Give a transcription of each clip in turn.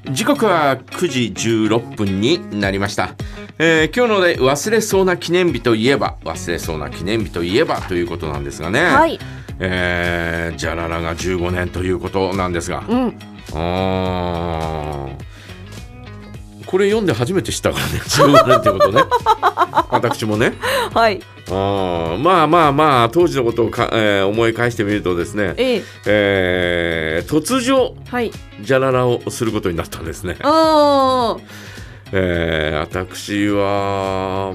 時刻は9時16分になりました。今日ので忘れそうな記念日といえばということなんですがね、 はい、 ジャララが15年ということなんですが、これ読んで初めて知ったからね、15年ってことね私もね、 はい、 まあ当時のことを思い返してみるとですね、突如、 はい、 ジャララをすることになったんですね。私は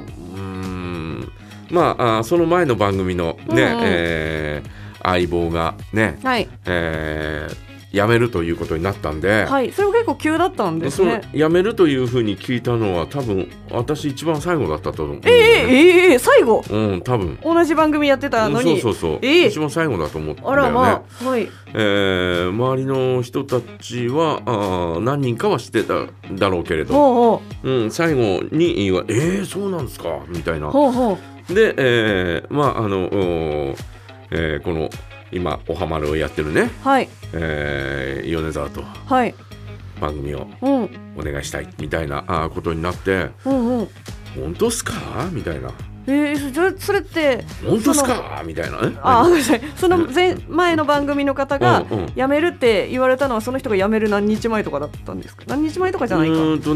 その前の番組のね、相棒がね、 はい、 辞めるということになったんで、 はい、それも結構急だったんですね。 辞めるというふうに聞いたのは多分私一番最後だったと思う、 最後、 多分同じ番組やってたのに、 そう、一番最後だと思ったんだよね。 はい、 周りの人たちは何人かは知ってただろうけれど、最後にそうなんですかみたいな。で、この今おはまるをやってるね、米沢と番組をお願いしたいみたいなことになって、本当っすかみたいな。 それって本当っすかみたいなね。 その前の番組の方が辞めるって言われたのは、その人が辞める何日前とかだったんですか？何日前とかじゃないか。 もう少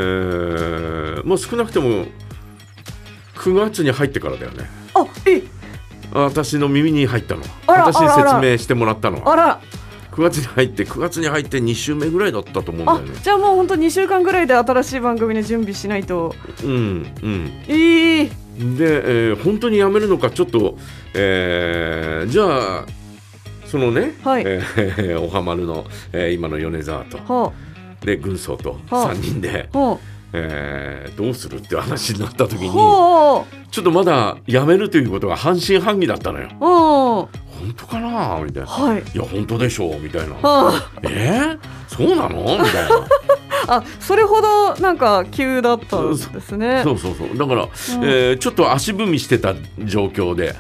なくても9月に入ってからだよね。私の耳に入ったのは、私に説明してもらったのは9月に入って2週目ぐらいだったと思うんだよね。 じゃあもう本当2週間ぐらいで新しい番組で準備しないと。 で、本当にやめるのかちょっと、じゃあそのね、おはまるの、今の米沢と、で軍曹と3人で、どうするって話になった時に、ちょっとまだやめるということが半信半疑だったのよ。本当かなみたいな、いや本当でしょうみたいな、そうなのみたいなそれほどなんか急だったんですね。 そうだから、ちょっと足踏みしてた状況で、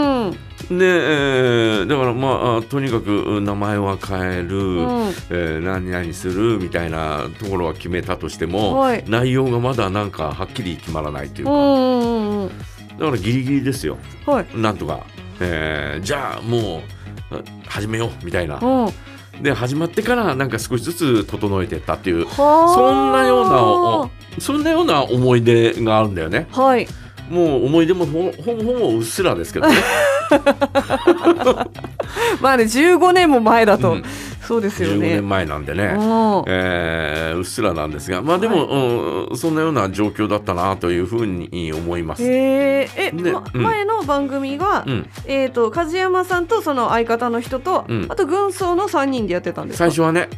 で、だからとにかく名前は変える、何々するみたいなところは決めたとしても、内容がまだなんかはっきり決まらないというか、だからギリギリですよ、なんとか、じゃあもう始めようみたいな、で始まってからなんか少しずつ整えていったっていう、そんなような思い出があるんだよね。もう思い出もほぼうっすらですけどねまあね、15年も前だと、そうですよね。 15年前なんでね、うっすらなんですが、でも、そんなような状況だったなというふうに思います。 前の番組が、梶山さんとその相方の人と、あと軍曹の3人でやってたんですか？ 最初はね。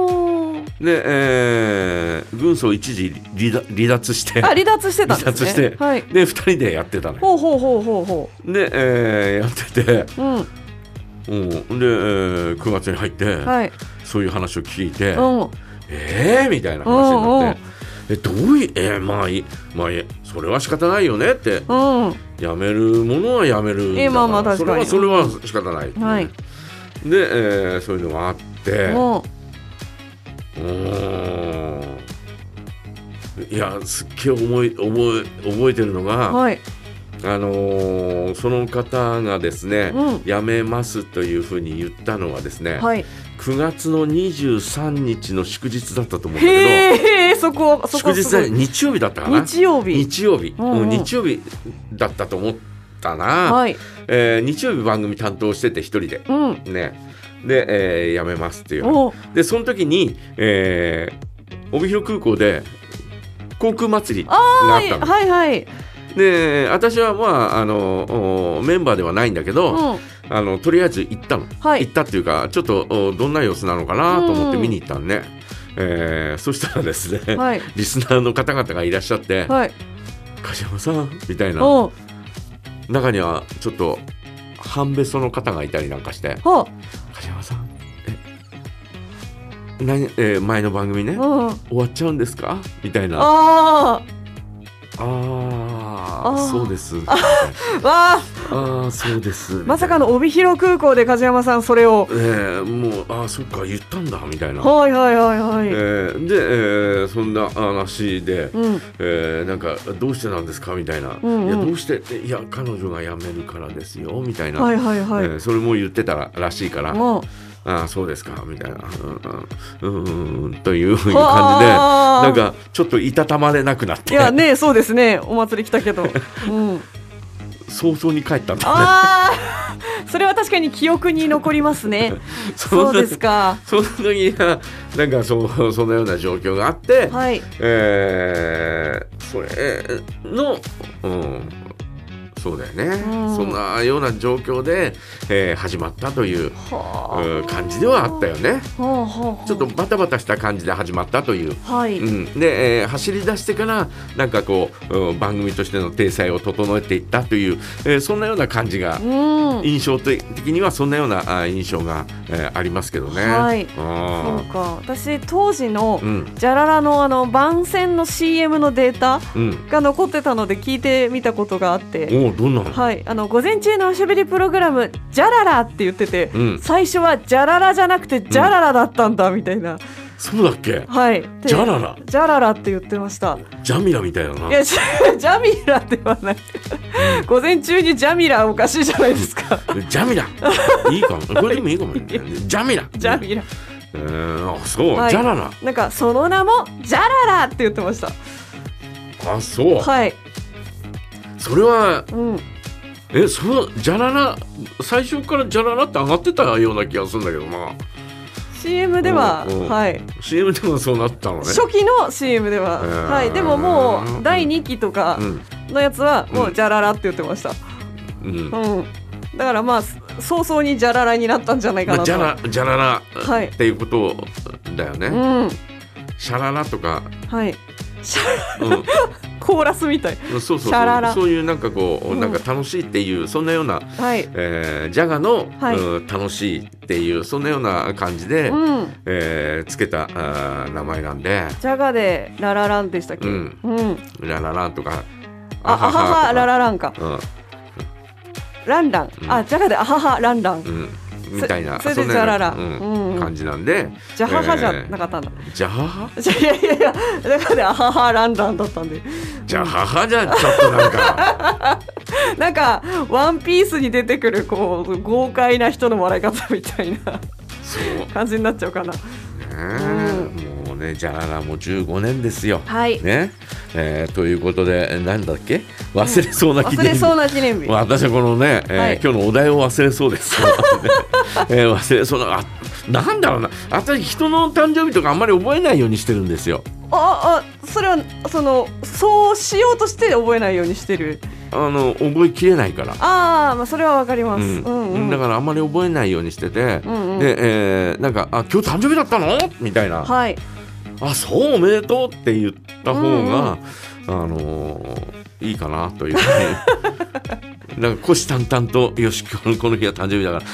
で、軍曹一時離脱して離脱してたんですね。 で2人でやってたのよ。で、やってて、で、9月に入って、そういう話を聞いて、みたいな話になって、どういうそれは仕方ないよねって、やめるものはやめるんだから、それは仕方ない、で、そういうのがあって、いやすっげえ覚えてるのが、その方がですね、辞めますというふうに言ったのはですね、9月の23日の祝日だったと思うんだけど、祝日で日曜日だったかな。日曜日だったと思ったな。日曜日番組担当してて一人で、で、辞めますっていう。でその時に、帯広空港で航空祭りがあったの。で私はメンバーではないんだけど、とりあえず行ったの、行ったっていうか、ちょっとどんな様子なのかなと思って見に行ったんで、そしたらですね、リスナーの方々がいらっしゃって、梶山さんみたいな、中にはちょっと半べその方がいたりなんかして、梶山さん前の番組ね、終わっちゃうんですかみたいな。そうです。 ああそうですまさかの帯広空港で梶山さんそれを、 もうそっか言ったんだみたいな。 はいはいはいはい。 で、そんな話で、なんかどうしてなんですかみたいな、いやどうしていや彼女が辞めるからですよみたいな、 はいはいはい、 それも言ってたらしいから、ああそうですかみたいな、という感じでなんかちょっといたたまれなくなって、 いやねそうですねお祭り来たけど、 早々に帰ったんだね。 それは確かに記憶に残りますね。そうですか。 その時はなんかそのような状況があって、はい、それの、そうだよね、そんなような状況で、始まったという感じではあったよね。ちょっとバタバタした感じで始まったという、で、走り出してからなんかこう、番組としての体裁を整えていったという、そんなような感じが、印象的にはそんなような印象が、ありますけどね。はい、 そうか。私当時のジャララの番宣の CM のデータが残ってたので聞いてみたことがあって、 どんなの？ はい、午前中のおしゃべりプログラムジャララって言ってて、最初はジャララじゃなくてジャララだったんだみたいな、 そうだっけ？ はい、 ジャララジャララって言ってました。 ジャミラみたいなな。 いやジャミラではない、午前中にジャミラおかしいじゃないですか。 ジャミラいいかも、これでもいいかもね。ジャミラジャミラ、 そう、 はい、 ジャララ、 なんかその名もジャララって言ってました。 あ、そう、 はい、 それは、そのジャララ最初からジャララって上がってたような気がするんだけどな。 CM では、はい、 CM でもそうなったのね。 初期の CM では、はい、でももう第2期とかのやつはもうジャララって言ってました。だからまあ早々にジャララになったんじゃないかなと。 ジャララっていうことだよね。シャララとか、 はい、コーラスみたい。 そういうなんかこう、なんか楽しいっていうそんなような、ジャガの、楽しいっていうそんなような感じで、つけた名前なんで。 ジャガでララランでしたっけ？ ララランとかアハハララランか、ランラン、ジャガでアハハランラン、 みたいな、 それでジャララ感じなんで、 ジャハハじゃなかったんだ。 ジャハハ？ いやだからアハハランランだったんで、 ジャハハじゃちょっとなんかなんかワンピースに出てくるこう豪快な人の笑い方みたいな感じになっちゃうかな。 もうね、ジャララも15年ですよ。 はいね、ということでなんだっけ、忘れそうな記念日、 忘れそうな記念日。 私はこのね、今日のお題を忘れそうです忘れそうな、なんだろうな、私人の誕生日とかあんまり覚えないようにしてるんですよ。 それはそうしようとして覚えないようにしてる。 覚えきれないから。 まあそれはわかります。 だからあんまり覚えないようにしてて、で、なんか今日誕生日だったのみたいな、 はい、 そうおめでとうって言った方が、いいかなというふうになんか虎視眈々とよしこの日は誕生日だから、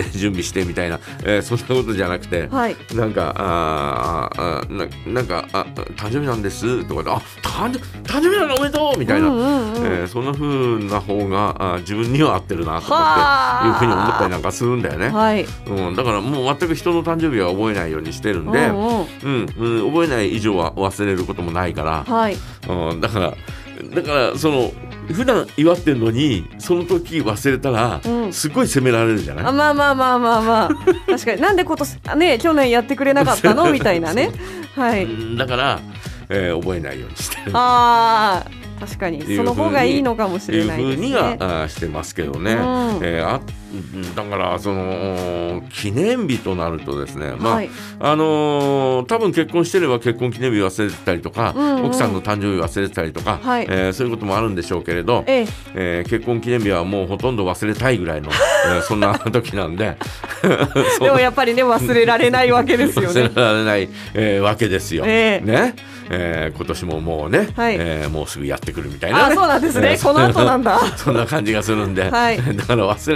準備してみたいな、そんなことじゃなくて、なんか誕生日なんですとかで、誕生日なのおめでとうみたいな、そんな風な方が自分には合ってるなとかっていうふうに思ったりなんかするんだよね。だからもう全く人の誕生日は覚えないようにしてるんで、覚えない以上は忘れることもないから、だから普段祝ってるのにその時忘れたらすごい責められるじゃない。 まあ確かになんで今年ね去年やってくれなかったのみたいなね。 だから、覚えないようにしてる。 確かにその方がいいのかもしれないですね。 いうふうにはしてますけどね。だから記念日となるとですね、多分結婚してれば結婚記念日忘れてたりとか、奥さんの誕生日忘れてたりとか、そういうこともあるんでしょうけれど、結婚記念日はもうほとんど忘れたいぐらいの、そんな時なんででもやっぱりね忘れられないわけですよね。 忘れられない、わけですよ。ね。今年ももうね、もうすぐやってくるみたいな、 そうなんですね。この後なんだそんな感じがするんで、だから忘れたい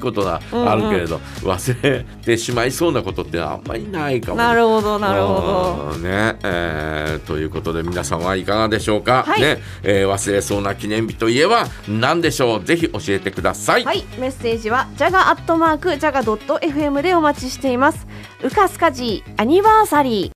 ことがあるけれど、忘れてしまいそうなことってあんまりないかも、 なるほどなるほど、 ねということで皆さんはいかがでしょうか、はい、ね忘れそうな記念日といえば何でしょう。ぜひ教えてください。 はい、メッセージはjaga@jaga.fm でお待ちしています。うかすかじアニバーサリー。